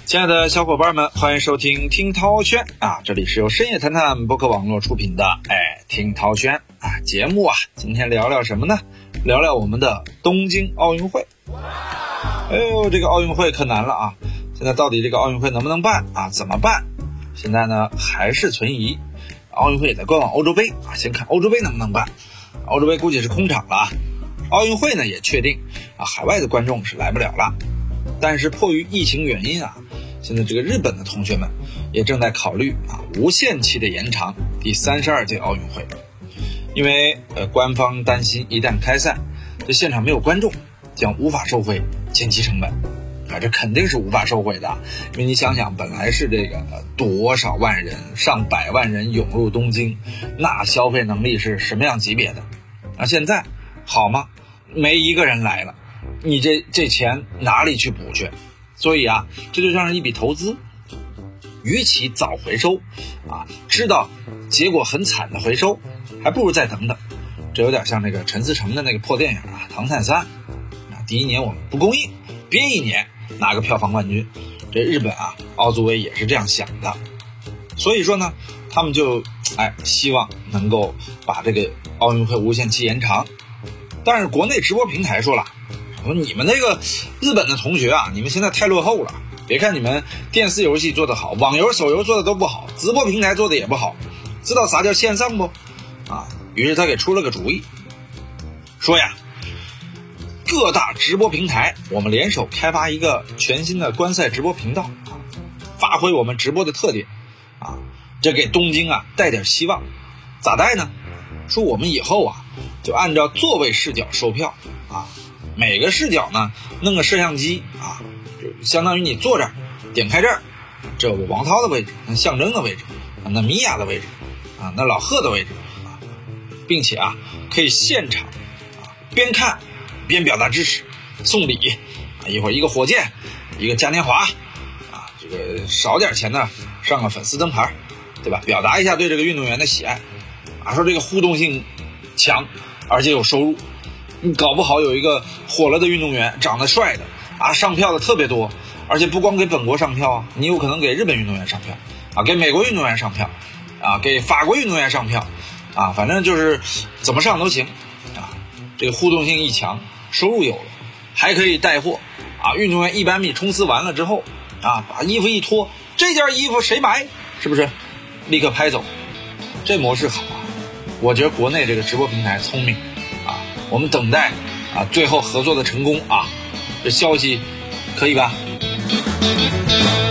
亲爱的小伙伴们，欢迎收听听涛轩啊！这里是由深夜谈谈播客网络出品的听涛轩啊节目啊。今天聊聊什么呢？聊聊我们的东京奥运会。这个奥运会可难了啊！现在到底这个奥运会能不能办啊？怎么办？现在呢还是存疑。奥运会也在观望欧洲杯啊，先看欧洲杯能不能办。欧洲杯估计是空场了啊。奥运会呢也确定啊，海外的观众是来不了了。但是迫于疫情原因啊，现在这个日本的同学们也正在考虑啊无限期的延长第32届奥运会，因为官方担心一旦开赛，这现场没有观众，将无法收回前期成本啊，这肯定是无法收回的。因为你想想，本来是这个多少万人、上百万人涌入东京，那消费能力是什么样级别的？那现在好吗？没一个人来了，你这钱哪里去补去？所以啊，这就像是一笔投资，与其早回收啊，知道结果很惨的回收，还不如再等等。这有点像那个陈思诚的那个破电影啊，《唐探三》啊，第一年我们不公映，憋一年拿个票房冠军。这日本啊，奥组委也是这样想的，所以说呢，他们就希望能够把这个奥运会无限期延长。但是国内直播平台说了，说你们那个日本的同学啊，你们现在太落后了。别看你们电视游戏做得好，网游手游做的都不好，直播平台做的也不好，知道啥叫线上不啊？于是他给出了个主意，说呀，各大直播平台我们联手开发一个全新的观赛直播频道啊，发挥我们直播的特点啊，这给东京啊带点希望。咋带呢？说我们以后啊就按照座位视角售票啊，每个视角呢弄个摄像机啊，就相当于你坐这儿，点开这儿，这我王涛的位置，那象征的位置，那米娅的位置啊，那老贺的位置啊，并且啊可以现场啊边看边表达支持，送礼啊，一会儿一个火箭，一个嘉年华啊，这个少点钱呢上个粉丝灯牌，对吧？表达一下对这个运动员的喜爱啊，说这个互动性强，而且有收入。你搞不好有一个火了的运动员，长得帅的啊，上票的特别多，而且不光给本国上票啊，你有可能给日本运动员上票啊，给美国运动员上票啊，给法国运动员上票啊，反正就是怎么上都行啊。这个互动性一强，收入有了，还可以带货啊。运动员100米冲刺完了之后啊，把衣服一脱，这件衣服谁买？是不是？立刻拍走，这模式好啊。我觉得国内这个直播平台聪明啊，我们等待啊最后合作的成功啊，这消息可以吧？